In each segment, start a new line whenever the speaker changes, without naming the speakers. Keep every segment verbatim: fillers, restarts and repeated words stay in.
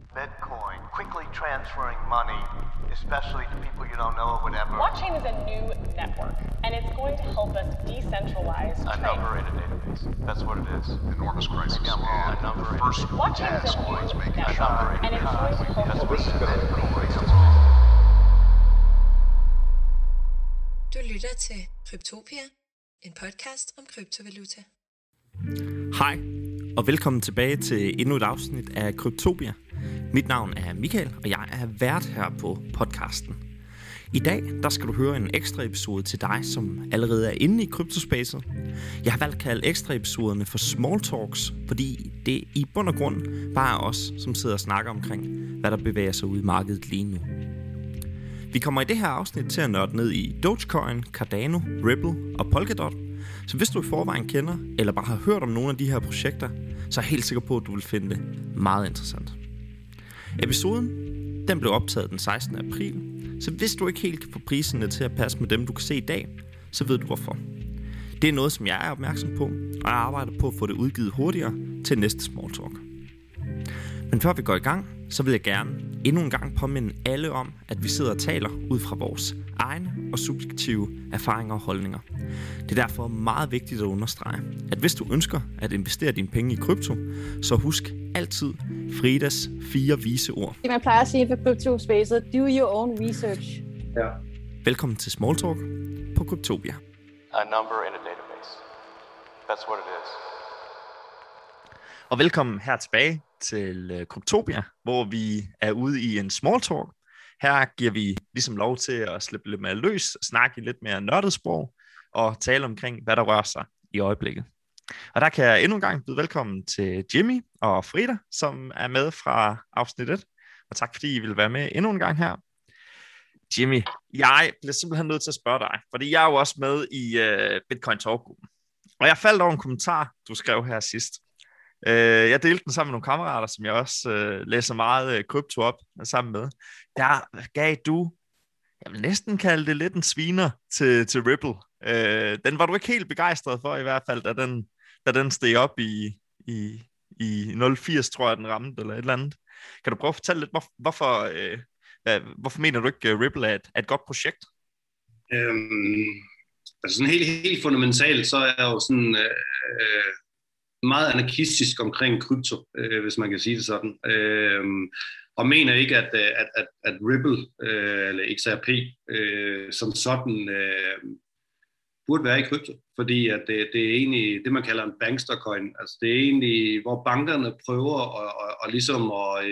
Bitcoin, quickly transferring money, especially to people you don't know or whatever.
Blockchain is a new network, and it's going to help us decentralize
A
trade.
number in a database. That's what it is.
Enormous crisis.
Maybe I'm wrong.
And
A number
the
in-
first
Blockchain is a
task
new
was making
network,
sure
number in
and it's going to help
That's
us.
what it is.
Du lytter til Kryptopia, en podcast om kryptovaluta.
Hej, og velkommen tilbage til endnu et afsnit af Kryptopia. Mit navn er Michael, og jeg er vært her på podcasten. I dag der skal du høre en ekstra episode til dig, som allerede er inde i kryptospacet. Jeg har valgt at kalde ekstra episoderne for Small Talks, fordi det i bund og grund bare er os, som sidder og snakker omkring, hvad der bevæger sig ud i markedet lige nu. Vi kommer i det her afsnit til at nørde ned i Dogecoin, Cardano, Ripple og Polkadot. Så hvis du i forvejen kender, eller bare har hørt om nogle af de her projekter, så er jeg helt sikker på, at du vil finde det meget interessant. Episoden den blev optaget den sekstende april, så hvis du ikke helt kan få priserne til at passe med dem, du kan se i dag, så ved du hvorfor. Det er noget, som jeg er opmærksom på, og jeg arbejder på at få det udgivet hurtigere til næste Small Talk. Men før vi går i gang, så vil jeg gerne endnu en gang påminde alle om, at vi sidder og taler ud fra vores egne og subjektive erfaringer og holdninger. Det er derfor meget vigtigt at understrege, at hvis du ønsker at investere dine penge i krypto, så husk altid Fridas fire vise ord.
Det man plejer at sige for kryptospacet, do your own research.
Ja.
Velkommen til Small Talk på Kryptopia.
A number in a database. That's what it is.
Og velkommen her tilbage til uh, Kryptopia, hvor vi er ude i en small talk. Her giver vi ligesom lov til at slippe lidt mere løs, snakke i lidt mere nørdet sprog og tale omkring, hvad der rører sig i øjeblikket. Og der kan jeg endnu en gang byde velkommen til Jimmy og Frida, som er med fra afsnit et. Og tak fordi I vil være med endnu en gang her. Jimmy, jeg bliver simpelthen nødt til at spørge dig, fordi jeg er jo også med i uh, Bitcoin Talk-gruppen. Og jeg faldt over en kommentar, du skrev her sidst. Uh, jeg delte den sammen med nogle kammerater, som jeg også uh, læser meget uh, krypto op sammen med. Der gav du, jeg vil næsten kalde det lidt en sviner til, til Ripple. Uh, den var du ikke helt begejstret for i hvert fald, da den, da den steg op i, i, i nul komma firs, tror jeg, den ramte, eller et eller andet. Kan du prøve at fortælle lidt, hvor, hvorfor, uh, hvad, hvorfor mener du ikke, uh, Ripple er et, er et godt projekt?
Øhm, altså sådan helt, helt fundamentalt, så er jeg jo sådan... Øh, meget anarkistisk omkring krypto, øh, hvis man kan sige det sådan, øh, og mener ikke, at, at, at, at Ripple øh, eller X R P øh, som sådan øh, burde være i krypto, fordi at det, det er egentlig det, man kalder en bankstercoin. Altså det er egentlig, hvor bankerne prøver at, at, at, ligesom at,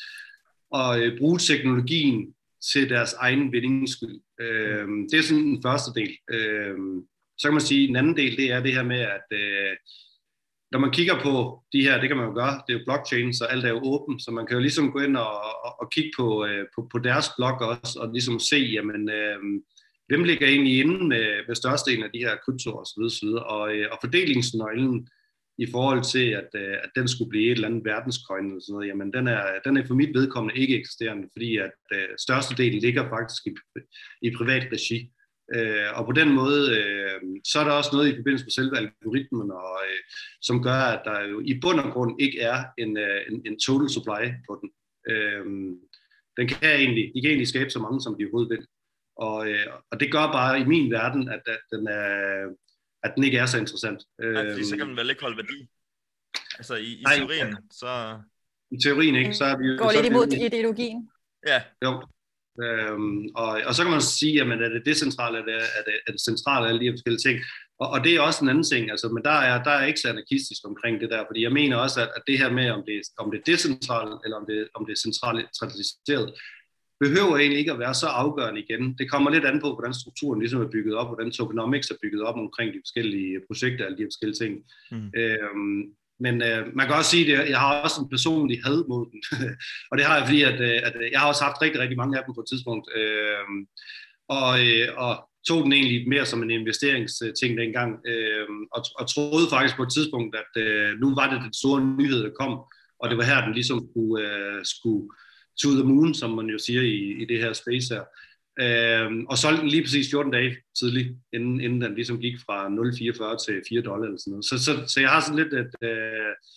at, at bruge teknologien til deres egen vindings skyld. Øh, det er sådan den første del. Øh, så kan man sige, at den anden del, det er det her med, at øh, når man kigger på de her, det kan man jo gøre, det er jo blockchain, så alt er jo åbent, så man kan jo ligesom gå ind og, og, og kigge på, øh, på, på deres blog også, og ligesom se, jamen, øh, hvem ligger egentlig inde med, med størstedelen af de her kryptoer osv. osv. Og, øh, og fordelingsnøglen i forhold til, at, øh, at den skulle blive et eller andet verdenscoin eller sådan noget, jamen den er, den er for mit vedkommende ikke eksisterende, fordi at øh, størstedelen ligger faktisk i, i privat regi. Øh, og på den måde, øh, så er der også noget i forbindelse med selve algoritmen, og, øh, som gør, at der jo i bund og grund ikke er en, øh, en, en total supply på den. Øh, den kan egentlig, de kan egentlig skabe så mange, som de overhovedet vil. Og, øh, og det gør bare i min verden, at, at, den, er, at den ikke er så interessant.
Nej, fordi så kan den vel ikke holde værdi. Altså i, i
Nej,
teorien,
ja.
så...
I teorien ikke, så er vi jo...
Går
så
lidt
er vi
imod
jo-
ideologien.
Ja,
Jo. Øhm, og, og så kan man sige, jamen er det decentrale, er det, er det, er det centrale, alle de her forskellige ting. Og, og det er også en anden ting, altså, men der er, der er ikke så anarkistisk omkring det der, fordi jeg mener også, at, at det her med, om det, om det er decentralt, eller om det, om det er centraliseret, behøver egentlig ikke at være så afgørende igen. Det kommer lidt an på, hvordan strukturen ligesom er bygget op, hvordan tokenomics er bygget op omkring de forskellige projekter, alle de her forskellige ting. Mm. Øhm, Men øh, man kan også sige, at jeg har også en personlig had mod den. Og det har jeg, fordi at, at jeg har også haft rigtig, rigtig mange af dem på et tidspunkt. Øh, og, øh, og tog den egentlig mere som en investeringsting dengang. Øh, og, og troede faktisk på et tidspunkt, at øh, nu var det den store nyhed, der kom. Og det var her, den ligesom skulle, øh, skulle to the moon, som man jo siger i, i det her space her. Øhm, og solgte den lige præcis fjorten dage tidligt, inden, inden den ligesom gik fra nul komma fireogfyrre til fire dollar eller sådan noget. Så, så, så jeg har sådan lidt et, øh,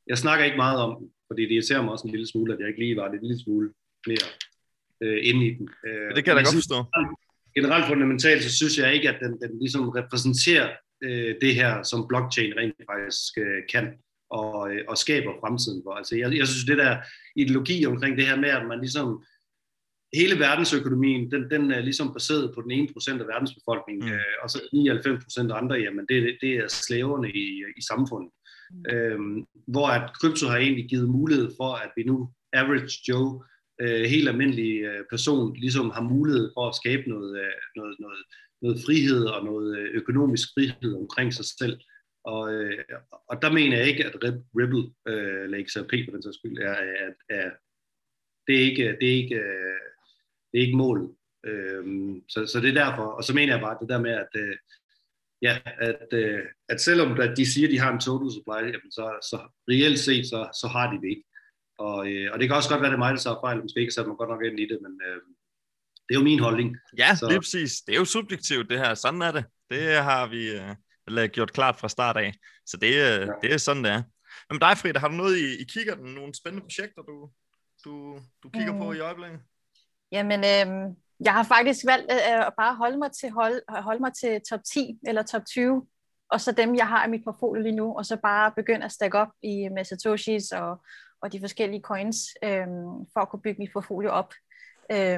jeg snakker ikke meget om, fordi det irriterer mig også en lille smule, at jeg ikke lige var det en lille smule mere øh, inde i den. Øh,
det kan jeg da godt forstå.
Generelt fundamentalt, så synes jeg ikke, at den, den ligesom repræsenterer øh, det her, som blockchain rent faktisk øh, kan og, øh, og skaber fremtiden for. Altså, jeg, jeg synes, det der ideologi omkring det her med, at man ligesom hele verdensøkonomien, den, den er ligesom baseret på den ene procent af verdensbefolkningen, mm. øh, og så nioghalvfems procent andre, jamen det, det er slaverne i, i samfundet. Mm. Øhm, hvor at krypto har egentlig givet mulighed for, at vi nu, average Joe, øh, helt almindelig øh, person, ligesom har mulighed for at skabe noget, øh, noget, noget, noget frihed og noget økonomisk frihed omkring sig selv. Og, øh, og der mener jeg ikke, at Ripple, øh, eller X R P på den sags skyld, er, er, er, det er ikke, det er ikke, det er ikke målet. Øhm, så, så det er derfor. Og så mener jeg bare det der med, at, øh, ja, at, øh, at selvom at de siger, at de har en total supply, jamen så, så reelt set, så, så har de det ikke. Og, øh, og det kan også godt være, det er mig, der så fejl, måske ikke sat mig godt nok ind i det, men øh, det er jo min holdning.
Ja,
så.
Lige præcis. Det er jo subjektivt, det her. Sådan er det. Det har vi øh, gjort klart fra start af. Så det, øh, ja. det er sådan, det er. Men dig, Frida, har du noget i, i kiggerten? Nogle spændende projekter, du, du, du kigger mm. på i øjeblikket?
Jamen, øh, jeg har faktisk valgt øh, at bare holde mig, til, hold, holde mig til top ti eller top tyve, og så dem, jeg har i mit portfolio lige nu, og så bare begynde at stack op i med Satoshis og, og de forskellige coins, øh, for at kunne bygge mit portfolio op. Øh,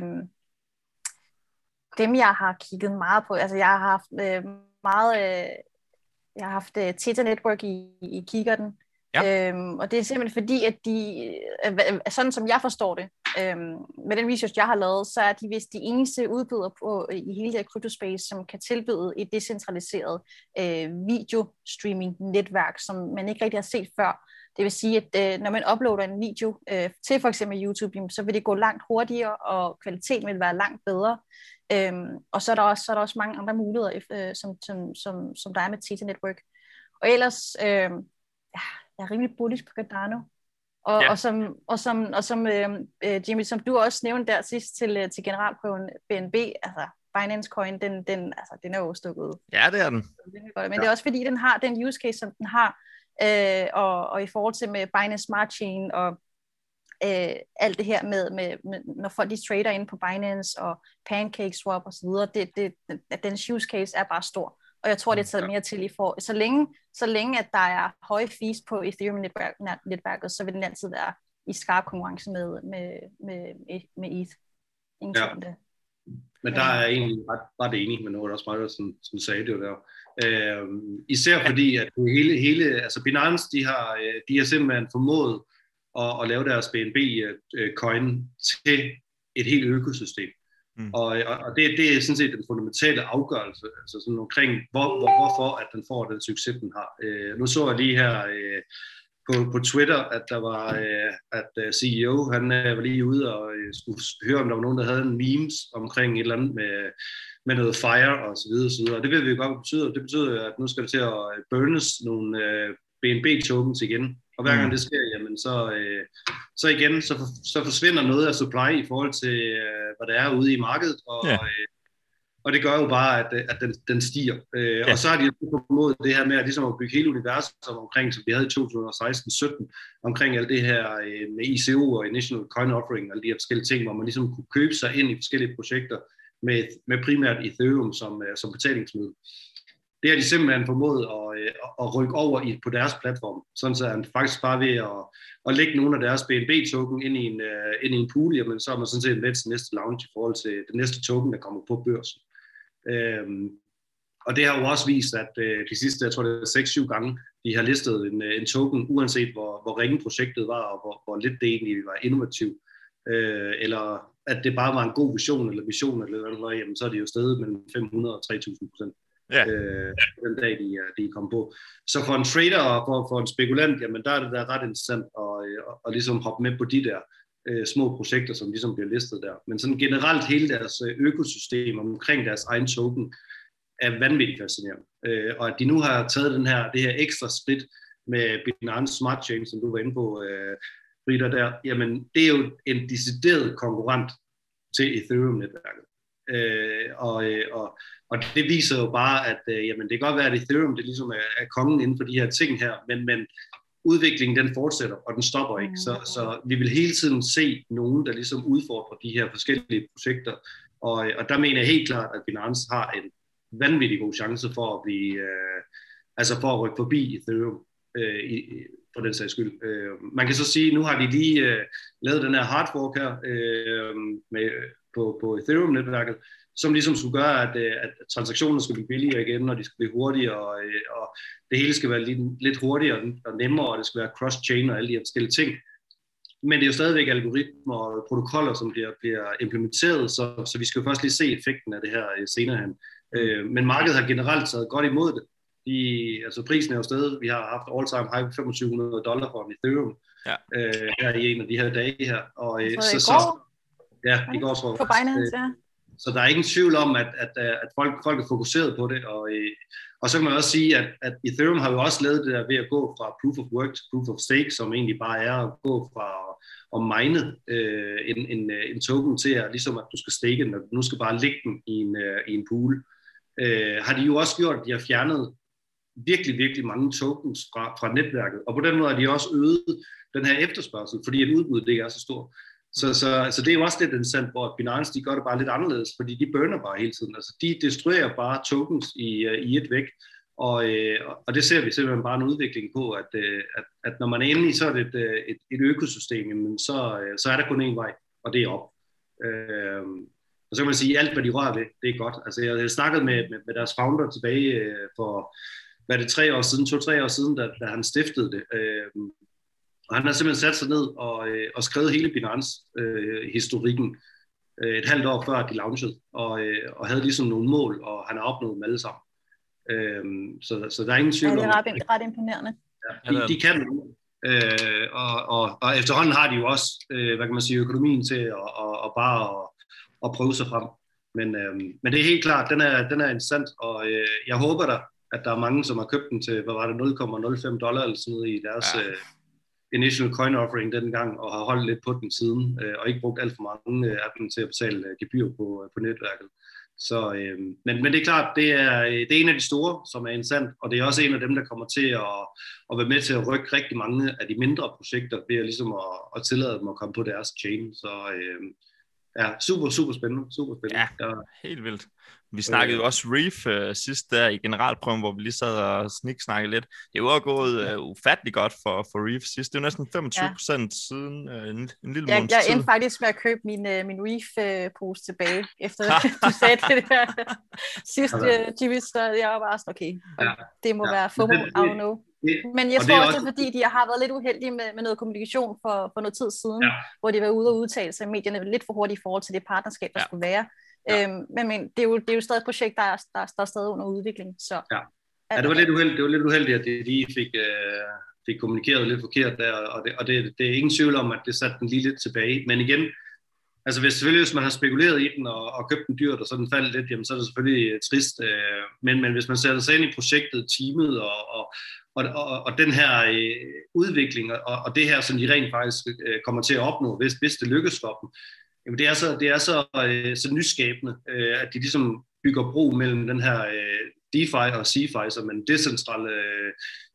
dem, jeg har kigget meget på, altså jeg har haft øh, meget, øh, jeg har haft uh, Theta Network i, i kikkerten, ja. øhm, og det er simpelthen fordi, at de, øh, sådan som jeg forstår det, øhm, med den research, jeg har lavet, så er de vist de eneste udbydere på, i hele det her cryptospace, som kan tilbyde et decentraliseret øh, videostreaming-netværk, som man ikke rigtig har set før. Det vil sige, at øh, når man uploader en video øh, til for eksempel YouTube, så vil det gå langt hurtigere, og kvaliteten vil være langt bedre. Øhm, og så er, der også, så er der også mange andre muligheder, øh, som, som, som, som der er med Theta Network. Og ellers, øh, ja, jeg er rimelig bullish på Cardano. Og, ja. og som, og som, og som øh, Jimmy, som du også nævnte der sidst til, til generalprøven B N B, altså Binance Coin, den, den, altså, den er jo stukket ud.
Ja, det er den.
Men ja. det er også fordi, den har den use case, som den har, øh, og, og i forhold til med Binance Smart Chain og Øh, alt det her med, med, med, når folk de trader inde på Binance og PancakeSwap og så videre, det, det, den use case er bare stor, og jeg tror, det er taget mere til i for, så længe, så længe at der er høje fees på Ethereum-netværket, så vil den altid være i skarp konkurrence med, med, med, med E T H. Ingen ja. Det.
Men der er jeg egentlig ret, ret enig, men nu er det også mig, der som, som sagde det der. Øh, især fordi, at hele, hele altså Binance, de har, de har simpelthen formået Og, og lave deres B N B-coin uh, til et helt økosystem. Mm. Og, og det, det er sådan set den fundamentale afgørelse, altså sådan omkring, hvor, hvor, hvorfor at den får den succes, den har. Uh, nu så jeg lige her uh, på, på Twitter, at der var, uh, at uh, C E O, han uh, var lige ude og uh, skulle høre, om der var nogen, der havde en memes omkring et eller andet med, med noget fire og så videre, og så videre. Og det ved vi jo godt, hvad det betyder. Det betyder, at nu skal det til at burnes nogle uh, B N B-tokens igen. Og hver gang det sker, jamen så, øh, så igen, så, for, så forsvinder noget af supply i forhold til, øh, hvad der er ude i markedet, og, ja. øh, og det gør jo bare, at, at den, den stiger. Øh, ja. Og så har de formået det her med at, ligesom at bygge hele universet omkring, som vi havde i to tusind og seksten sytten, omkring alt det her øh, med I C O og Initial Coin Offering, og alle de her forskellige ting, hvor man ligesom kunne købe sig ind i forskellige projekter med, med primært Ethereum som, øh, som betalingsmiddel. Det har de simpelthen formået at, at rykke over i, på deres platform, sådan så er man faktisk bare ved at, at lægge nogle af deres B N B-token ind i en, ind i en pool, jamen så er man sådan set med til næste launch i forhold til det næste token, der kommer på børsen. Øhm, og det har jo også vist, at de sidste, jeg tror det er seks syv gange, de har listet en, en token, uanset hvor, hvor ringe projektet var, og hvor, hvor lidt det egentlig var innovativt, øh, eller at det bare var en god vision, eller vision, eller noget, jamen så er det jo stedet mellem fem hundrede og tre tusind procent. Ja. Øh, den dag de, de kom på. Så for en trader og for, for en spekulant, jamen der er det der ret interessant at, at, at ligesom hoppe med på de der øh, små projekter, som ligesom bliver listet der. Men sådan generelt hele deres økosystem omkring deres egen token er vanvittigt fascinerende. Øh, og at de nu har taget den her, det her ekstra split med Binance Smart Chain, som du var inde på, øh, Rita, der, jamen det er jo en decideret konkurrent til Ethereum-netværket. Øh, og, og, og det viser jo bare, at øh, jamen, det kan godt være, at Ethereum det ligesom er, er kongen inden for de her ting her, men, men udviklingen den fortsætter, og den stopper ikke. Så, så vi vil hele tiden se nogen, der ligesom udfordrer de her forskellige projekter. Og, og der mener jeg helt klart, at Binance har en vanvittig god chance for at blive, øh, altså for at rykke forbi Ethereum, øh, i, for den sags skyld. Øh, man kan så sige, nu har de lige øh, lavet den her hard fork her øh, med, på, på Ethereum-netværket, som ligesom skulle gøre, at, at transaktionerne skulle blive billigere igen, og de skulle blive hurtigere, og, og det hele skal være lidt, lidt hurtigere og nemmere, og det skal være cross-chain og alle de her forskellige ting. Men det er jo stadigvæk algoritmer og protokoller, som bliver, bliver implementeret, så, så vi skal jo først lige se effekten af det her senere hen. Øh, men markedet har generelt taget godt imod det. De, altså prisen er jo stadig, vi har haft all-time high på femogtyve hundrede dollar for en Ethereum ja. øh, her i en af de her dage her. Og,
så,
så, så, ja, i går tror jeg.
På Binance, ja.
Så der er ingen tvivl om, at, at, at folk, folk er fokuseret på det, og, og så kan man også sige, at, at Ethereum har jo også lavet det der ved at gå fra proof of work til proof of stake, som egentlig bare er at gå fra at mine øh, en, en, en token til at ligesom at du skal stake den, og nu skal bare lægge den i en, uh, i en pool. Øh, har de jo også gjort, at de har fjernet virkelig, virkelig mange tokens fra, fra netværket, og på den måde har de også øget den her efterspørgsel, fordi et udbud det ikke er så stort. Så, så, så det er jo også lidt interessant, hvor Binance de gør det bare lidt anderledes, fordi de burner bare hele tiden. Altså de destruerer bare tokens i, i et væk, og, og det ser vi simpelthen bare en udvikling på, at, at, at når man er inde i så er det et, et, et økosystem, jamen så, så er der kun én vej, og det er op. Øhm, og så kan man sige, at alt hvad de rører ved, det er godt. Altså jeg har snakket med, med, med deres founder tilbage for, hvad er det, tre år siden, to-tre år siden, da, da han stiftede det. Øhm, Og han har simpelthen sat sig ned og, øh, og skrevet hele Binance-historikken øh, et halvt år før de launchede, og, øh, og havde ligesom nogle mål, og han har opnået dem alle sammen. Øh, så, så der er ingen tvivl om...
Ja, det er ret, om, ret imponerende.
Ja, de, de kan det. Øh, og, og, og efterhånden har de jo også, øh, hvad kan man sige, økonomien til at og, og bare at, at prøve sig frem. Men, øh, men det er helt klart, den er, den er interessant, og øh, jeg håber da, at der er mange, som har købt den til, hvad var det, nul komma nul fem dollar eller sådan noget i deres... Ja. Øh, initial coin offering dengang, og har holdt lidt på den siden, øh, og ikke brugt alt for mange øh, af dem til at betale øh, gebyr på, øh, på netværket. Så, øh, men, men det er klart, det er, det er en af de store, som er interessant, og det er også en af dem, der kommer til at, at være med til at rykke rigtig mange af de mindre projekter, ved at, ligesom at, at tillade dem at komme på deres chain. Så øh, ja, super, super spændende. Super spændende.
Ja, ja, helt vildt. Vi snakkede jo også Reef uh, sidst der i generalprøven, hvor vi lige sad og sniksnakkede lidt. Det er jo også gået uh, ufatteligt godt for, for Reef sidst. Det er jo næsten femogtyve procent ja. siden uh, en, en lille
jeg,
måneds
jeg
tid.
endte faktisk med at købe min, uh, min Reef-pose uh, tilbage, efter du sagde det der sidste uh, G V, så jeg var bare sådan, okay, ja. det må ja. være FOMO, I don't know. Men jeg tror også, det er fordi, de har været lidt uheldige med, med noget kommunikation for, for noget tid siden, ja. hvor de var ude og udtale sig i medierne lidt for hurtigt i forhold til det partnerskab, der ja. skulle være. Ja. Øhm, men, men det, er jo, det er jo stadig et projekt, der er, der, der er stadig under udvikling. Så,
ja. ja, det var lidt uheldigt, det var lidt uheldigt at de, de fik, øh, fik kommunikeret lidt forkert der, og, det, og det, det er ingen tvivl om, at det satte den lige lidt tilbage. Men igen, altså hvis, selvfølgelig, hvis man har spekuleret i den og, og købt den dyrt, og så den faldt lidt, jamen, så er det selvfølgelig trist. Øh, men, men hvis man sætter sig ind i projektet, teamet og, og, og, og, og den her øh, udvikling, og, og det her, som de rent faktisk øh, kommer til at opnå, hvis, hvis det lykkes for dem, jamen det er så, det er så, øh, så nyskabende, øh, at de ligesom bygger bro mellem den her øh, DeFi og CeFi, som en decentral øh,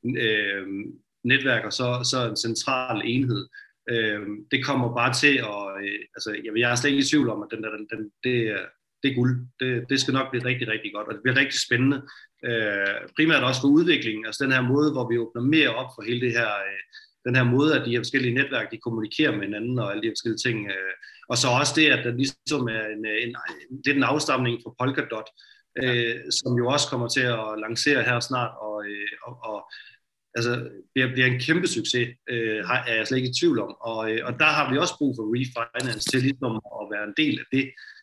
øh, netværk, og så, så en central enhed. Øh, det kommer bare til at, øh, altså jeg, jeg er slet ikke i tvivl om, at den der, den, den, det, det er guld. Det, det skal nok blive rigtig, rigtig godt, og det bliver rigtig spændende. Øh, primært også for udviklingen, altså den her måde, hvor vi åbner mere op for hele det her, øh, den her måde, at de her forskellige netværk, de kommunikerer med hinanden og alle de her forskellige ting. Øh, og så også det, at der ligesom er en, en, en, lidt en afstamning fra Polkadot, øh, som jo også kommer til at lancere her snart, og, øh, og, og altså, bliver, bliver en kæmpe succes, øh, er jeg slet ikke i tvivl om. Og, øh, og der har vi også brug for refinance til ligesom at være en del af det,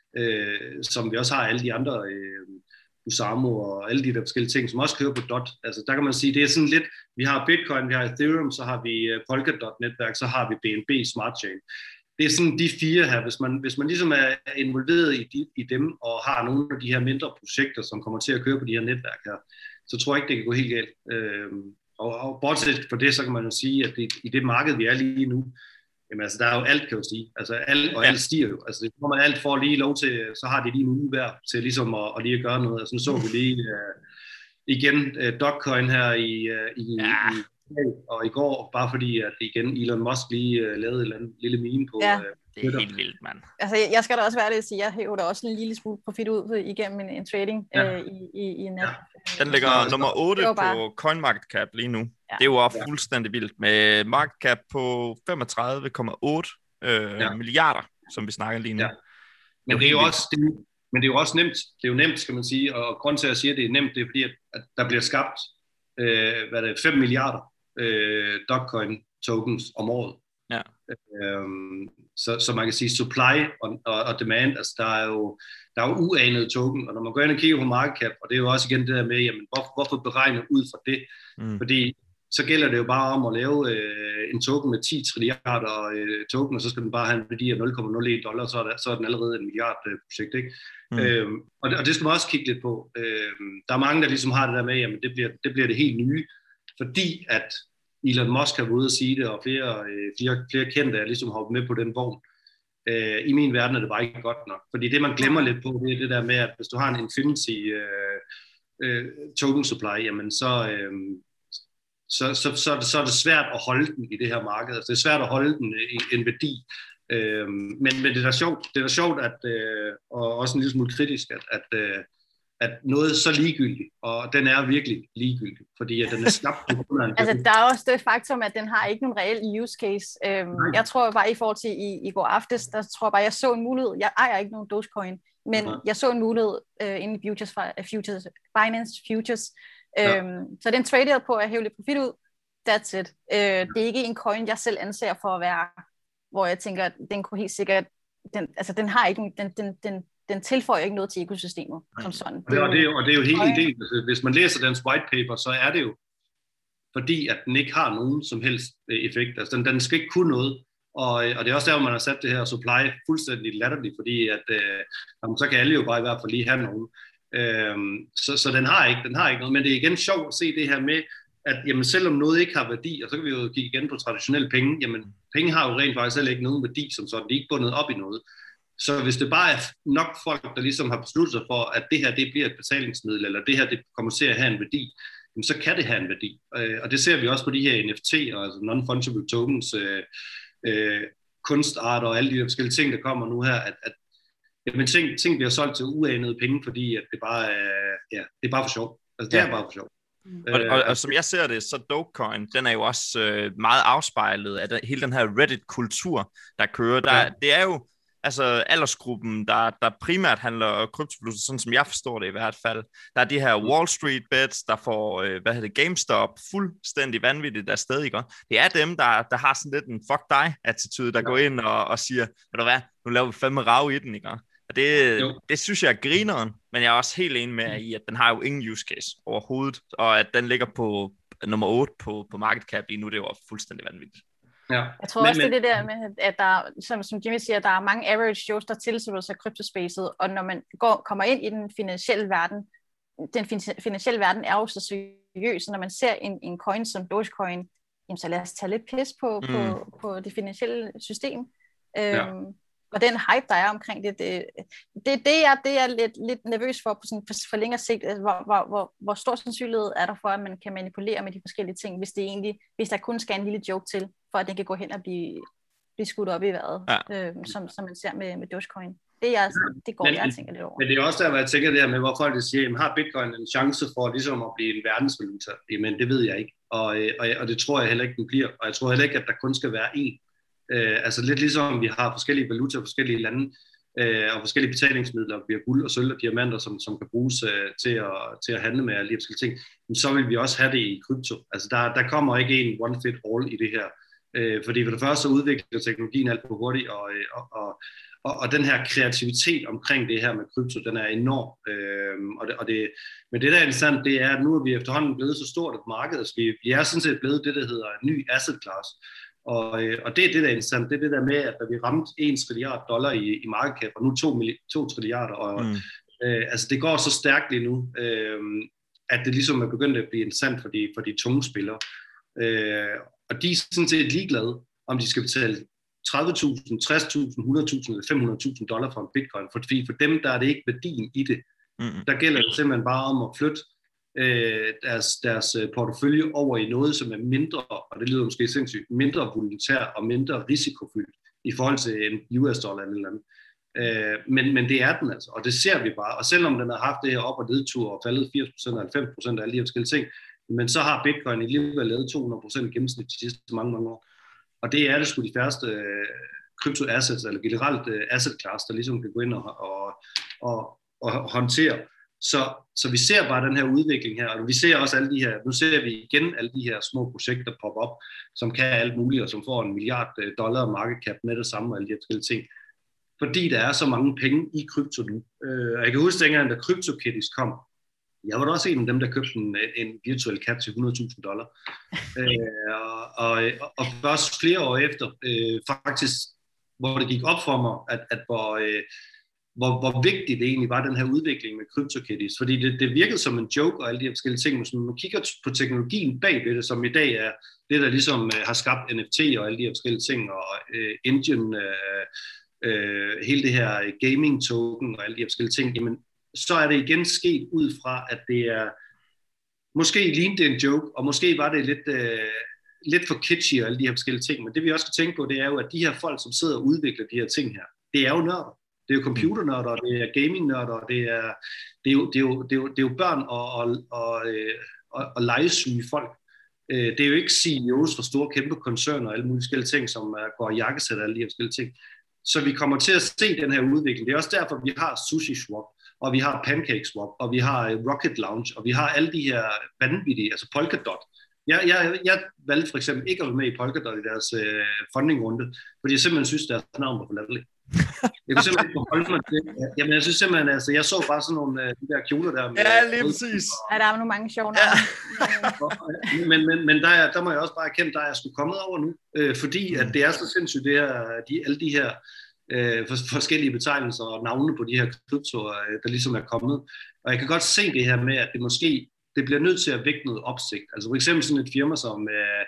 øh, som vi også har alle de andre, øh, Usamo og alle de der forskellige ting, som også kører på dot. Altså der kan man sige, det er sådan lidt, vi har Bitcoin, vi har Ethereum, så har vi Polkadot-netværk, så har vi B N B Smart Chain. Det er sådan de fire her, hvis man, hvis man ligesom er involveret i, de, i dem, og har nogle af de her mindre projekter, som kommer til at køre på de her netværk her, så tror jeg ikke, det kan gå helt galt. Øhm, og, og bortset for det, så kan man jo sige, at det, i det marked, vi er lige nu, jamen altså, der er jo alt, kan jo sige. Altså alt, og alt stiger jo. Altså, når man alt får lige lov til, så har de lige en uge hver til ligesom at, at lige at gøre noget. Altså, nu så vi lige uh, igen uh, Dogecoin her i, uh, i, ja. i og i går, bare fordi, at igen Elon Musk lige uh, lavede et eller andet lille meme på...
Ja.
Uh,
Det er helt vildt, mand.
Altså, jeg skal da også være det at sige, jeg hæver da også en lille smule profit ud igennem en, en trading
ja.
øh, i, i, i nat.
Ja.
Den ligger
Så-
nummer otte
bare-
på CoinMarketCap lige nu.
Ja.
Det er jo også fuldstændig vildt med market cap på femogtredive komma otte øh,
Ja.
milliarder, som vi snakker lige nu.
Ja. Men det er jo også, det, er- men det er jo også nemt. Det er jo nemt, skal man sige. Og grund til, at jeg siger, at det er nemt, det er fordi, at, at der bliver skabt øh, hvad er det, fem milliarder øh, Dogecoin tokens om året.
Ja.
Øhm, så, så man kan sige supply og, og, og demand, altså der er jo der er jo uanede token, og når man går ind og kigger på market cap, og det er jo også igen det der med, jamen hvor, hvorfor beregne ud fra det?
Mm.
Fordi så gælder det jo bare om at lave øh, en token med ti trilliarder øh, token, og så skal den bare have en værdi af nul komma nul en dollar, så er, der, så er den allerede en milliard øh, projekt, ikke?
Mm.
Øhm, og, det, og det skal man også kigge lidt på. Øhm, der er mange, der ligesom har det der med, jamen det bliver det, bliver det helt nye, fordi at Elon Musk har været ude at sige det, og flere, øh, flere, flere kendte er ligesom hoppet med på den vogn. Øh, I min verden er det bare ikke godt nok. Fordi det, man glemmer lidt på, det er det der med, at hvis du har en infinity øh, øh, token supply, jamen så, øh, så, så, så, er det, så er det svært at holde den i det her marked. Altså, det er svært at holde den i en værdi. Øh, men, men det er da sjovt, det er da sjovt at, øh, og også en lille smule kritisk, at, at øh, at noget så ligegyldigt, og den er virkelig ligegyldig, fordi at den er skabt på grund af en
Altså, der er også det faktum, at den har ikke nogen reel use case. Øhm, jeg tror bare, i forhold til i, i går aftes, der tror jeg bare, jeg så en mulighed. Jeg ejer ikke nogen Dogecoin, men
Nej.
jeg så en mulighed øh, inde i futures, futures, Binance Futures. Øhm,
Ja.
Så den traded på at hæve lidt profit ud. That's it. Øh, det er ikke en coin, jeg selv anser for at være, hvor jeg tænker, at den kunne helt sikkert, den, altså den har ikke, den, den, den den tilføjer ikke noget til økosystemet som sådan.
Og det, og, det, er, og det er jo hele ideen. Altså, hvis man læser dens white paper, så er det jo fordi, at den ikke har nogen som helst effekt. Altså, den, den skal ikke kunne noget. Og, og det er også der, hvor man har sat det her supply fuldstændig latterligt, fordi at, øh, jamen, så kan alle jo bare i hvert fald lige have nogen. Øhm, så, så den har ikke, den har ikke noget. Men det er igen sjovt at se det her med, at jamen, selvom noget ikke har værdi, og så kan vi jo kigge igen på traditionelle penge, jamen penge har jo rent faktisk heller ikke nogen værdi som sådan. De er ikke bundet op i noget. Så hvis det bare er nok folk, der ligesom har besluttet sig for, at det her det bliver et betalingsmiddel, eller det her det kommer til at have en værdi, så kan det have en værdi. Og det ser vi også på de her N F T'er, altså non-fungible tokens, øh, øh, kunstarter og alle de der forskellige ting, der kommer nu her, at, at jamen, ting, ting bliver solgt til uanede penge, fordi at det bare er, ja, det er bare for sjov. Altså det ja. er bare for sjov.
Og, og, og som jeg ser det, så Dogecoin, den er jo også øh, meget afspejlet af den, hele den her Reddit-kultur, der kører. Der, ja. Det er jo altså aldersgruppen, der, der primært handler kryptovaluta, sådan som jeg forstår det i hvert fald. Der er de her Wall Street bets, der får, øh, hvad hedder det, GameStop fuldstændig vanvittigt afsted, ikke? Det er dem, der, der har sådan lidt en fuck dig-attitude, der ja. går ind og, og siger, ved du hvad, nu laver vi fandme rav i den, ikke? Og det, det synes jeg er grineren, men jeg er også helt enig med i, at den har jo ingen use case overhovedet, og at den ligger på nummer otte på, på market cap lige nu, det er jo fuldstændig vanvittigt.
Ja.
Jeg tror men, også, det er det der med, at der, som, som Jimmy siger, der er mange average Joes, der tilslutter sig kryptospacet, og når man går, kommer ind i den finansielle verden, den finansielle verden er jo så seriøs, så når man ser en, en coin som Dogecoin, jamen, så lad os tage lidt pis på, mm. på, på det finansielle system.
Ja.
Øhm, og den hype, der er omkring det, det, det, det, er, det er lidt, lidt nervøs for på sådan, for, for længere sigt, altså, hvor, hvor, hvor, hvor stor sandsynlighed er der for, at man kan manipulere med de forskellige ting, hvis, det egentlig, hvis der kun skal en lille joke til, for at den kan gå hen og blive, blive skudt op i vejret, ja. øh, som, som man ser med, med Dogecoin. Det, er, det går
men,
jeg tænker lidt over.
Men det er også der, hvor jeg tænker det her med, hvor folk siger, jamen, har Bitcoin en chance for ligesom at blive en verdensvaluta? Jamen det ved jeg ikke, og, og, og det tror jeg heller ikke, den bliver, og jeg tror heller ikke, at der kun skal være én. Øh, altså lidt ligesom vi har forskellige valutaer, forskellige lande øh, og forskellige betalingsmidler, vi har guld og sølv og diamanter, som, som kan bruges øh, til, at, til at handle med alle de forskellige ting, men så vil vi også have det i krypto. Altså der, der kommer ikke en one fit all i det her, øh, fordi for det første så udvikler teknologien alt for hurtigt, og, og, og, og, og den her kreativitet omkring det her med krypto, den er enorm. Øh, og det, og det, men det der er interessant, det er, at nu er vi efterhånden blevet så stort et marked, at vi, vi er sådan set blevet det, der hedder en ny asset class. Og, og det er det, der er interessant. Det er det der med, at da vi ramte en trilliard dollar i, i market cap, og nu to trilliarder, og mm. øh, altså det går så stærkt lige nu, øh, at det ligesom er begyndt at blive interessant for de, for de tunge spillere. Øh, og de er sådan set ligeglade, om de skal betale tredive tusind, tres tusind, hundrede tusind eller fem hundrede tusind dollar for en bitcoin, fordi for dem, der er det ikke værdien i det. Mm. Der gælder det simpelthen bare om at flytte øh, deres, deres portefølje over i noget, som er mindre, og det lyder måske sindssygt, mindre volatilitær og mindre risikofyldt i forhold til en U S dollar eller noget andet. Øh, men, men det er den altså, og det ser vi bare. Og selvom den har haft det her op- og nedtur og faldet firs procent og halvfems procent af alle de her forskellige ting, men så har Bitcoin i livet lavet to hundrede procent i gennemsnit de sidste mange, mange år. Og det er det sgu de færreste øh, kryptoassets, eller generelt øh, asset class, der ligesom kan gå ind og, og, og, og håndtere. Så, så vi ser bare den her udvikling her, og vi ser også alle de her, nu ser vi igen alle de her små projekter poppe op, som kan alt muligt, og som får en milliard dollar market cap med det samme, og alle de her forskellige ting. Fordi der er så mange penge i krypto nu. Øh, jeg kan huske dengang, da CryptoKitties kom, jeg var da også en af dem, der købte en, en virtuel kat til hundrede tusind dollar. øh, og, og, og først flere år efter, øh, faktisk, hvor det gik op for mig, at, at hvor, øh, hvor, hvor vigtigt det egentlig var, den her udvikling med CryptoKitties. Fordi det, det virkede som en joke og alle de her forskellige ting, men når man kigger på teknologien bag ved det, som i dag er det, der ligesom øh, har skabt N F T og alle de her forskellige ting, og øh, engine, øh, øh, hele det her gaming token og alle de her forskellige ting, jamen, så er det igen sket ud fra, at det er, måske lignede det en joke, og måske var det lidt, øh, lidt for kitschy og alle de her forskellige ting, men det vi også skal tænke på, det er jo, at de her folk, som sidder og udvikler de her ting her, det er jo nørder. Det er jo computernørder, det er gamingnørder, det er, det er, jo, det er, jo, det er, jo, det er jo børn og, og, og, og, og legesyge folk. Det er jo ikke C E O's for store kæmpe koncerner og alle mulige forskellige ting, som går i jakkesæt og alle de her forskellige ting. Så vi kommer til at se den her udvikling. Det er også derfor, vi har SushiSwap, og vi har PancakeSwap, og vi har Rocket Launch, og vi har alle de her vanvittige, altså Polkadot. Jeg, jeg, jeg valgte for eksempel ikke at være med i Polkadot i deres øh, fundingrunde, fordi jeg simpelthen synes, deres navn var for latterligt. Jeg kunne simpelthen ikke forholde mig til. Jamen, jeg synes simpelthen, altså, jeg så bare sådan nogle øh, de der kjoler der. Med,
ja, lige præcis.
Ja, der er nogle mange sjove navne.
Ja. men men, men der, der må jeg også bare erkende, der er jeg sgu kommet over nu, øh, fordi at det er så sindssygt, det her, de, alle de her øh, forskellige betegnelser og navne på de her kryptoer, øh, der ligesom er kommet. Og jeg kan godt se det her med, at det måske det bliver nødt til at vække noget opsigt. Altså for eksempel sådan et firma som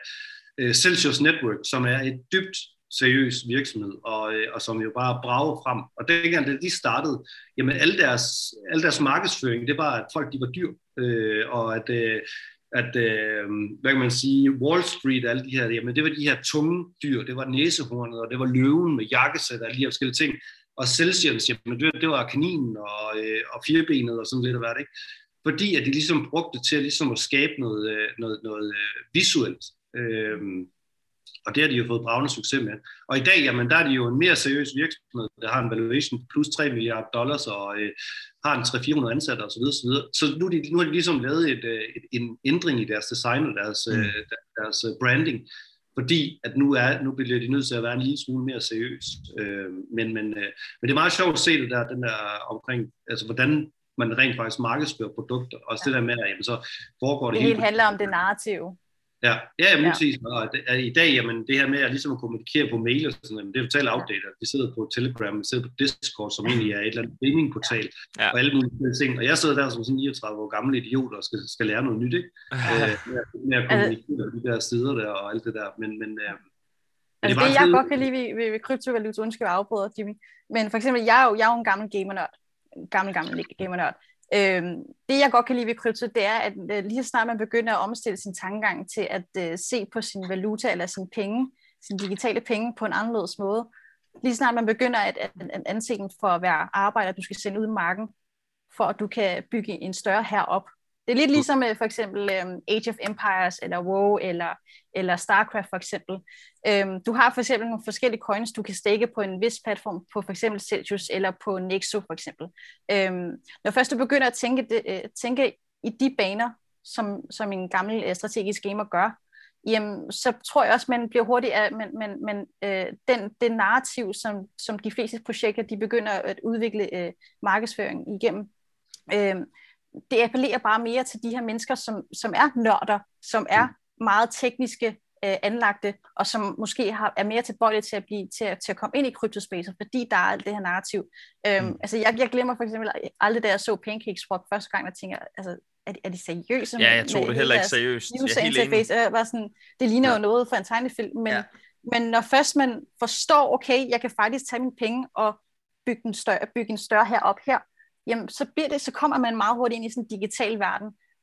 øh, Celsius Network, som er et dybt seriøs virksomhed, og, øh, og som jo bare brager frem. Og dengang, da de startede, jamen alle deres, alle deres markedsføring, det var, at folk de var dyr, øh, og at, øh, at øh, hvad kan man sige, Wall Street og alle de her, jamen det var de her tunge dyr, det var næsehornet, og det var løven med jakkesæt og alle de her forskellige ting. Og Celsius, jamen det, det var kaninen og, øh, og firbenet og sådan lidt af hvert, ikke? Fordi at de ligesom brugte det til at, ligesom at skabe noget, noget, noget visuelt. Øhm, og det har de jo fået bragende succes med. Og i dag, jamen, der er de jo en mere seriøs virksomhed, der har en valuation på plus tre milliarder dollars, og øh, har en tre til fire hundrede ansatte osv. Så, videre, så, så nu, de, nu har de ligesom lavet et, et, en ændring i deres design og deres, mm. øh, deres branding, fordi at nu, er, nu bliver de nødt til at være en lille smule mere seriøs. Øh, men, men, øh, men det er meget sjovt at se det der, den der omkring, altså hvordan man rent faktisk markedsfører produkter, og ja. Det der med, at jamen, så foregår det,
det
hele.
Det handler om det narrative.
Ja, ja, jamen,
ja.
Præcis. Og det, i dag, jamen, det her med at ligesom at kommunikere på mail og sådan noget, det er totalt outdated. Vi sidder på Telegram, vi sidder på Discord, som egentlig er et eller andet gaming-portal, ja. Og alle mulige ting. Og jeg sidder der som sådan niogtredive år gammel idiot og skal, skal lære noget nyt, ikke? Ja. Øh, med, med at kommunikere altså, de der sider der og alt det der. Men, men, øh,
altså det, det jeg godt kan lide ved, ved, ved kryptovaluta, undskyld jeg afbryder, Jimmy. Men for eksempel, jeg er jo, jeg er jo en gammel gamernørd. Gammel, gammel gamernørd. Øhm, det jeg godt kan lide ved krypto, det er, at øh, lige så snart man begynder at omstille sin tankegang til at øh, se på sin valuta eller sin penge, sin digitale penge på en anderledes måde, lige så snart man begynder at, at, at anse den for at være arbejder, du skal sende ud i marken, for at du kan bygge en større hær op. Det er lidt ligesom uh, for eksempel um, Age of Empires, eller WoW, eller, eller StarCraft for eksempel. Um, du har for eksempel nogle forskellige coins, du kan stake på en vis platform, på for eksempel Celsius, eller på Nexo for eksempel. Um, når først du begynder at tænke, det, uh, tænke i de baner, som, som en gammel uh, strategisk gamer gør, jamen, så tror jeg også, man bliver hurtigt af, men, men, men uh, den, den narrativ, som, som de fleste projekter, de begynder at udvikle uh, markedsføring igennem, uh, det appellerer bare mere til de her mennesker, som, som er nørder, som er meget tekniske øh, anlagte, og som måske har, er mere tilbøjelige til at, blive, til, at, til at komme ind i kryptospacet, fordi der er alt det her narrativ. Øhm, mm. Altså jeg, jeg glemmer for eksempel aldrig, da jeg så PancakeSwap første gang, og tænker, altså, er de, er de seriøse?
Ja, jeg tog det heller ikke seriøst.
Jeg interface, jeg var sådan, det ligner ja. jo noget fra en tegnefilm, men, ja. men når først man forstår, okay, jeg kan faktisk tage mine penge og bygge en større, bygge en større her op her, jamen, så, bliver det, så kommer man meget hurtigt ind i sådan en digital verden.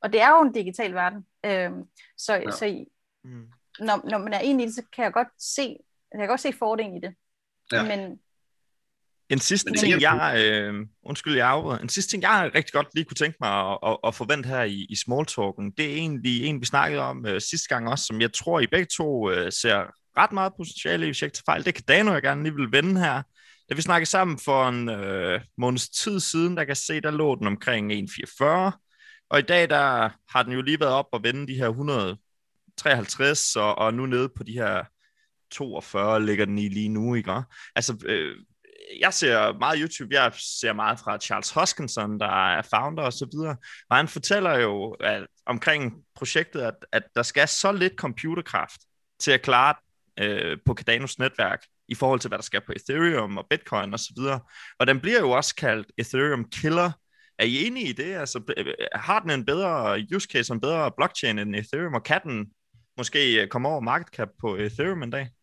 Og det er jo en digital verden. Øhm, så
Ja.
så
Mm.
når, når man er inde i det, så kan jeg godt se, jeg kan godt se fordelen i det.
Ja.
Men
En sidste
Men det
ting,
er-
jeg, øh, undskyld, jeg afbryder. En sidste ting, jeg rigtig godt lige kunne tænke mig at, at, at forvente her i, i Smalltalken, det er egentlig en, vi snakkede om øh, sidste gang også, som jeg tror, I begge to øh, ser ret meget potentiale i, hvis jeg ikke tager fejl. Det kan Dano, jeg gerne lige vil vende her. Da vi snakkede sammen for en øh, måneds tid siden, der kan jeg se, der lå den omkring en komma fireogfyrre. Og i dag, der har den jo lige været op og vende de her et hundrede og treoghalvtreds, og, og nu nede på de her toogfyrre ligger den i lige nu, ikke? Altså, øh, jeg ser meget YouTube, jeg ser meget fra Charles Hoskinson, der er founder og så videre, og han fortæller jo at, omkring projektet, at, at der skal så lidt computerkraft til at klare øh, på Cardanos netværk, i forhold til, hvad der skal på Ethereum og Bitcoin og så videre. Og den bliver jo også kaldt Ethereum Killer. Er I enige i det? Altså, har den en bedre use case og en bedre blockchain end Ethereum, og kan den måske komme over market cap på Ethereum en dag?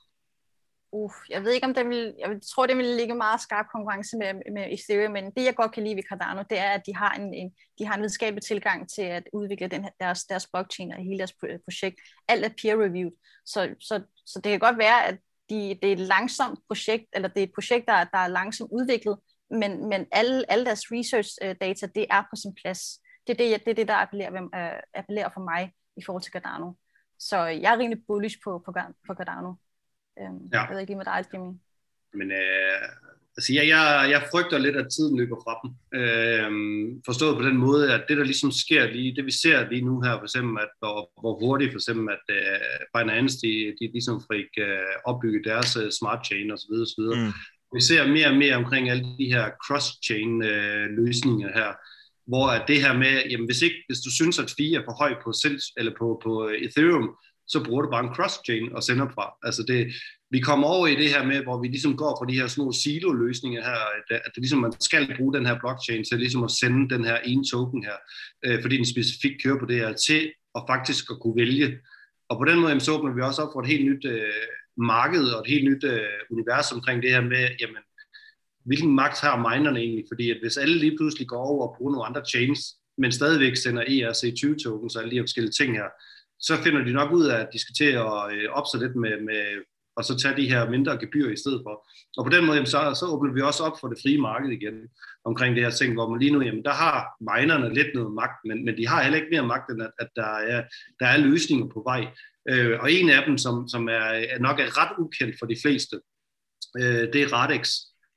Uh, jeg ved ikke, om den vil, jeg tror, det vil ligge meget skarp konkurrence med, med Ethereum, men det, jeg godt kan lide ved Cardano, det er, at de har en, en, de har en videnskabelig tilgang til at udvikle den her, deres, deres blockchain og hele deres projekt. Alt er peer-reviewed, så, så, så det kan godt være, at de, det er et langsomt projekt, eller det er et projekt, der, der er langsomt udviklet, men, men alle, alle deres research data, det er på sin plads. Det er det, det, er det der appellerer, uh, appellerer for mig i forhold til Cardano. Så jeg er rimelig bullish på, på, på Cardano. Um, ja. Jeg ved ikke lige med dig, Jimmy.
Men øh, altså jeg, jeg, jeg frygter lidt, at tiden løber fra dem. Øh, forstået på den måde, at det der ligesom sker lige, det vi ser lige nu her, for eksempel, at hvor, hvor hurtigt for eksempel, at uh, Binance, de, de ligesom fik uh, opbygget deres uh, smart chain osv. osv. Mm. Vi ser mere og mere omkring alle de her cross-chain uh, løsninger her, hvor at det her med, jamen hvis ikke, hvis du synes, at fee er for høj på, eller på, på Ethereum, så bruger du bare en cross-chain og sender fra. Altså det, vi kommer over i det her med, hvor vi ligesom går fra de her små silo-løsninger her, at, at det ligesom, man skal bruge den her blockchain til ligesom at sende den her ene token her, øh, fordi den specifikt kører på det her, til at faktisk at kunne vælge. Og på den måde, så åbner vi også op for et helt nyt øh, marked og et helt nyt øh, univers omkring det her med, jamen, hvilken magt har minerne egentlig? Fordi at hvis alle lige pludselig går over og bruger nogle andre chains, men stadigvæk sender E R C tyve tokens og alle de her forskellige ting her, så finder de nok ud af, at de skal til at opsætte lidt med, med, og så tage de her mindre gebyrer i stedet for. Og på den måde, så, så åbner vi også op for det frie marked igen, omkring det her ting, hvor man lige nu, jamen der har minerne lidt noget magt, men, men de har heller ikke mere magt, end at, at der, er, der er løsninger på vej. Øh, og en af dem, som, som er, nok er ret ukendt for de fleste, øh, det er Radex.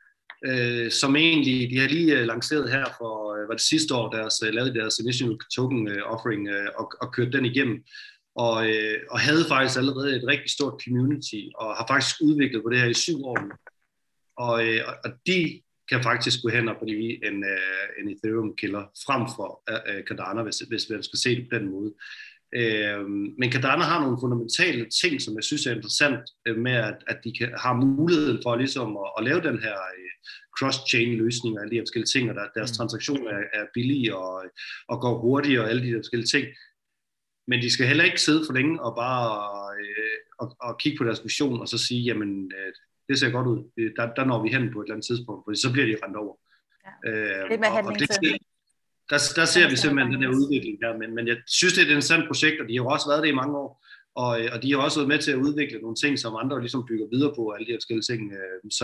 Øh, som egentlig, de har lige lanceret her for, var det sidste år, deres, lavede deres initial token offering øh, og, og kørt den igennem, og, øh, og havde faktisk allerede et rigtig stort community, og har faktisk udviklet på det her i syv år nu. Og, øh, og de kan faktisk gå hen og blive en, øh, en Ethereum-killer frem for øh, Cardano, hvis, hvis man skal se det på den måde. Øh, men Cardano har nogle fundamentale ting, som jeg synes er interessant øh, med, at, at de kan, har muligheden for ligesom at, at lave den her øh, cross-chain løsning og alle de her forskellige ting, og der, deres transaktioner er, er billige og, og går hurtigt og alle de her forskellige ting. Men de skal heller ikke sidde for længe og bare øh, og, og kigge på deres vision og så sige, jamen øh, det ser godt ud, der, der når vi hen på et eller andet tidspunkt, for så bliver de rendt over.
Ja.
Øh,
Lidt mere
og, og det, der, der ser vi simpelthen den her udvikling her, men, men jeg synes, det er et interessant projekt, og de har også været det i mange år, og, og de har også været med til at udvikle nogle ting, som andre ligesom bygger videre på, alle de her forskellige ting. Så,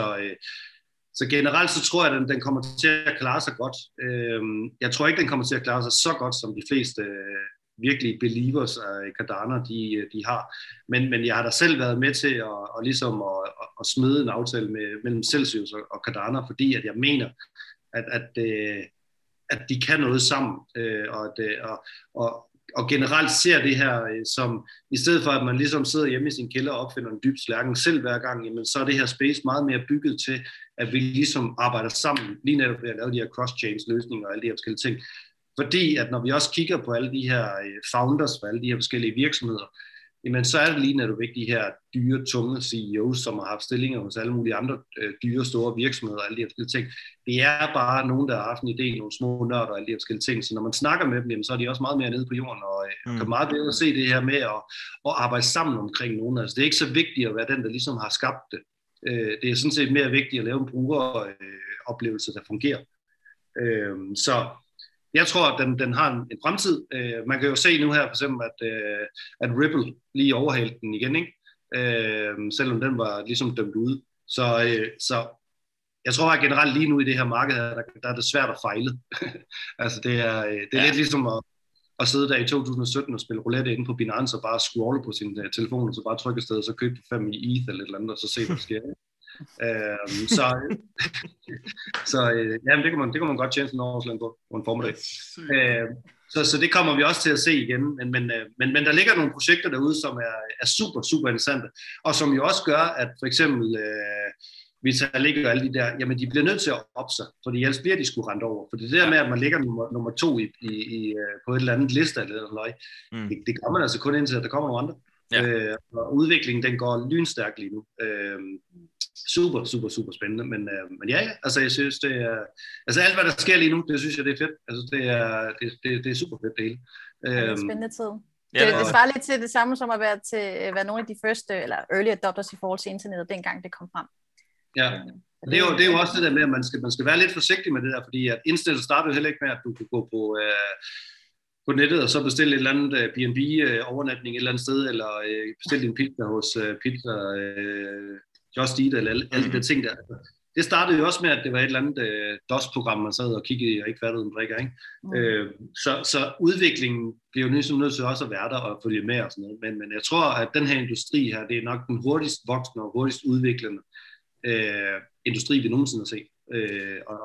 så generelt så tror jeg, at den, den kommer til at klare sig godt. Jeg tror ikke, den kommer til at klare sig så godt, som de fleste virkelig believers af Cardano, de, de har. Men, men jeg har da selv været med til at, og ligesom at, at, at smide en aftale med, mellem Celsius og, og Cardano, fordi at jeg mener, at, at, at de kan noget sammen, og, at, og, og, og generelt ser det her som, i stedet for at man ligesom sidder hjemme i sin kælder og opfinder en dyb slærken selv hver gang, jamen, så er det her space meget mere bygget til, at vi ligesom arbejder sammen, lige netop ved at lave de her cross-chains løsninger og alle de her forskellige ting. Fordi at når vi også kigger på alle de her founders for alle de her forskellige virksomheder, jamen så er det lige netop ikke de her dyre, tunge C E O's, som har haft stillinger hos alle mulige andre øh, dyre, store virksomheder og alle de her forskellige ting. Det er bare nogen, der har haft en idé, nogle små nørder og alle de her forskellige ting. Så når man snakker med dem, jamen, så er de også meget mere nede på jorden og øh, mm. kan meget bedre se det her med at, at arbejde sammen omkring nogen. Altså det er ikke så vigtigt at være den, der ligesom har skabt det. Øh, det er sådan set mere vigtigt at lave en brugeroplevelse, der fungerer. Øh, så jeg tror, at den, den har en, en fremtid. Øh, man kan jo se nu her for eksempel, at, øh, at Ripple lige overhalte den igen, ikke? Øh, selvom den var ligesom dømt ude. Så, øh, så jeg tror at generelt lige nu i det her marked, der, der er det svært at fejle. altså det er, det er ja. lidt ligesom at, at sidde der i to tusind og sytten og spille roulette inde på Binance og bare scrolle på sin uh, telefon, og så bare trykke afsted, og så købe fem i E T H eller et eller andet, og så se, hvad der sker. uh, så så uh, jamen, det, kan man, det kan man godt tjene sådan en årsløn på, på en formiddag. Uh, så, så det kommer vi også til at se igen. Men, men, uh, men, men der ligger nogle projekter derude, som er, er super, super interessante, og som jo også gør, at for eksempel uh, hvis der ligger alle de der, jamen de bliver nødt til at op sig, fordi ellers bliver de sgu rendt over. For det der med, at man ligger nummer, nummer to i, i, i, på et eller andet liste, eller noget, mm. det, det gør man altså kun indtil, at der kommer nogle andre. Ja. Øh, og udviklingen, den går lynstærkt lige nu. Øh, super, super, super spændende. Men, øh, men ja, ja, altså jeg synes, det er, altså alt, hvad der sker lige nu, det synes jeg, det er fedt. Altså det er, det, det, det er super fedt, det hele.
Øh, det er en spændende tid. Det, ja, det svarer lidt til det samme, som at være, til, være nogle af de første, eller early adopters i forhold til internettet, dengang det kom frem.
Ja, det er, jo, det er jo også det der med, at man skal, man skal være lidt forsigtig med det der, fordi at internet starter jo heller ikke med, at du kan gå på, øh, på nettet og så bestille et eller andet uh, B and B uh, overnatning et eller andet sted, eller uh, bestille din pizza hos uh, Pizza uh, Just Eat, eller alle, mm-hmm. alle de der ting der. Det startede jo også med, at det var et eller andet uh, D O S-program, man sad og kiggede i og ikke fattede en brikker, ikke? Mm. Uh, så, så udviklingen bliver jo nødt, nødt til også at være der og følge med og sådan noget. Men, men jeg tror, at den her industri her, det er nok den hurtigst voksende og hurtigst udviklende Øh, industri, vi nogensinde har set. Øh, og,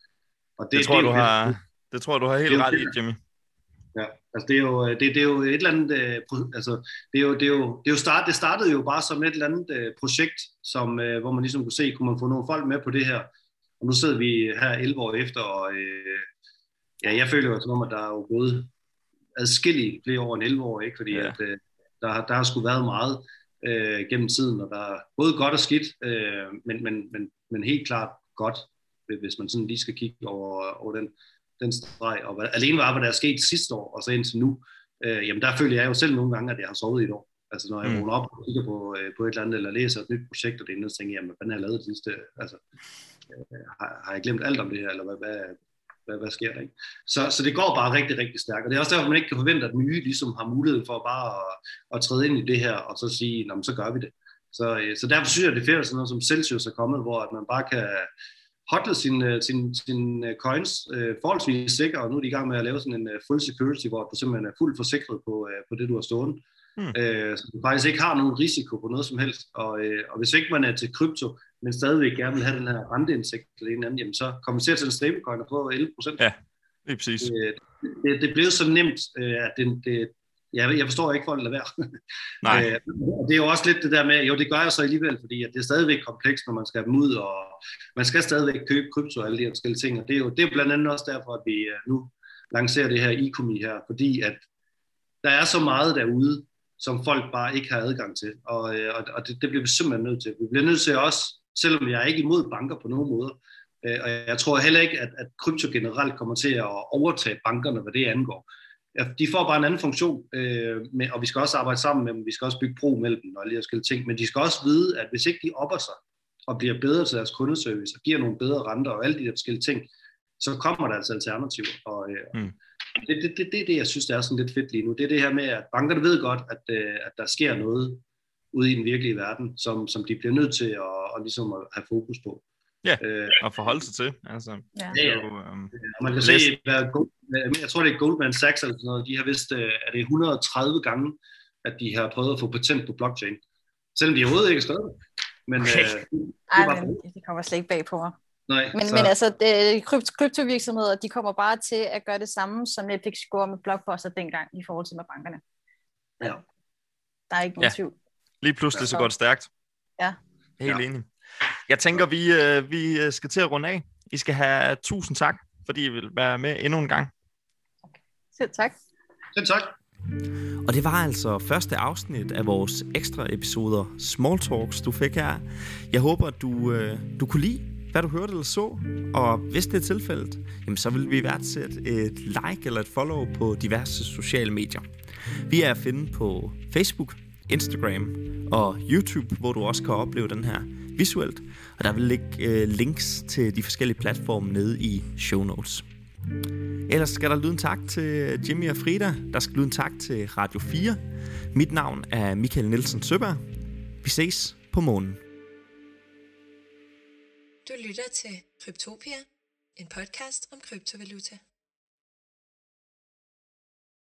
og det,
det, tror,
det,
du
det,
har, det tror du har helt ret i, Jimmy.
Ja, altså det er jo, det, det er jo et eller andet, øh, altså det er jo, det er jo, det er jo start, det startede jo bare som et eller andet øh, projekt, som, øh, hvor man ligesom kunne se, kunne man få nogle folk med på det her. Og nu sidder vi her elleve år efter, og øh, ja, jeg føler jo som om, at der er jo gået adskillige flere år end elleve år, ikke? Fordi ja. at, øh, der, der har sgu været meget Øh, gennem tiden, og der er både godt og skidt, øh, men, men, men, men helt klart godt, hvis man sådan lige skal kigge over, over den, den streg, og hvad, alene var, hvad der er sket sidste år, og så indtil nu, øh, jamen der føler jeg jo selv nogle gange, at jeg har sovet i et år. Altså når jeg mm. vågner op og kigger på, øh, på et eller andet, eller læser et nyt projekt, og det ene, så tænker jeg, jamen hvad har jeg lavet det sidste, altså øh, har, har jeg glemt alt om det her, eller hvad, hvad, hvad, hvad sker der, ikke? Så, så det går bare rigtig, rigtig stærkt, og det er også derfor, man ikke kan forvente, at nye ligesom har mulighed for bare at, at træde ind i det her, og så sige, nå, så gør vi det. Så, så derfor synes jeg, det er fedt, sådan noget som Celsius er kommet, hvor at man bare kan hodle sine sin, sin coins øh, forholdsvis sikker, og nu er de i gang med at lave sådan en uh, full security, hvor du simpelthen er fuldt forsikret på, uh, på det, du har stående. Mm. Øh, så du faktisk ikke har nogen risiko på noget som helst, og, øh, og hvis ikke man er til krypto, men stadigvæk gerne vil have den her renteindsigt eller en anden, jamen så kommenterer til en stablecoin og få elleve procent.
Ja, det er præcis.
Det, det, det blev så nemt, øh, at det, det, jeg, jeg forstår ikke, folk lader være.
Nej.
øh, det er jo også lidt det der med, jo det gør jeg så alligevel, fordi at det er stadigvæk komplekst, når man skal have dem ud, og man skal stadigvæk købe krypto og alle de her forskellige ting, og det er jo det er blandt andet også derfor, at vi nu lancerer det her e-comi her, fordi at der er så meget derude, som folk bare ikke har adgang til, og, og, og det, det bliver vi simpelthen nødt til. Vi bliver nødt til også, selvom jeg er ikke imod banker på nogen måder, øh, og jeg tror heller ikke, at, at krypto generelt kommer til at overtage bankerne, hvad det angår. De får bare en anden funktion, øh, med, og vi skal også arbejde sammen med dem, vi skal også bygge bro mellem dem og alle de forskellige ting, men de skal også vide, at hvis ikke de opper sig og bliver bedre til deres kundeservice og giver nogle bedre renter og alle de der forskellige ting, så kommer der altså alternativer. Og, øh, mm. Det er det, det, det, det, jeg synes, der er sådan lidt fedt lige nu. Det er det her med, at bankerne ved godt, at, at der sker noget ude i den virkelige verden, som, som de bliver nødt til at, at, ligesom at have fokus på.
Ja, øh, og forholde sig til. Altså,
ja, ja. Så, um, man kan se, hvad, jeg tror, det er Goldman Sachs eller sådan noget, de har vist, at det er et hundrede og tredive gange, at de har prøvet at få patent på blockchain. Selvom de overhovedet ikke er skrevet. Men,
okay. øh, Ej, men det kommer slet ikke bag på mig.
Nej,
men, men altså, det, krypt, kryptovirksomheder, de kommer bare til at gøre det samme, som Netflix gjorde med Blockbuster dengang, i forhold til med bankerne.
Ja.
Der er ikke nogen
ja.
tvivl.
Lige pludselig så går det stærkt.
Ja.
Helt ja. enig. Jeg tænker, vi, øh, vi skal til at runde af. I skal have tusind tak, fordi I vil være med endnu en gang.
Okay. Selv tak.
Selv tak.
Og det var altså første afsnit af vores ekstra episoder Small Talks, du fik her. Jeg håber, at du, øh, du kunne lide, hvad du hørte eller så. Og hvis det er tilfældet, jamen så vil vi værdsætte et like eller et follow på diverse sociale medier. Vi er at finde på Facebook, Instagram og YouTube, hvor du også kan opleve den her visuelt. Og der vil ligge øh, links til de forskellige platforme nede i show notes. Ellers skal der lyde en tak til Jimmy og Frida. Der skal lyde en tak til Radio fire. Mit navn er Michael Nielsen Søberg. Vi ses på månen.
Du lytter til Kryptopia, en podcast om kryptovaluta.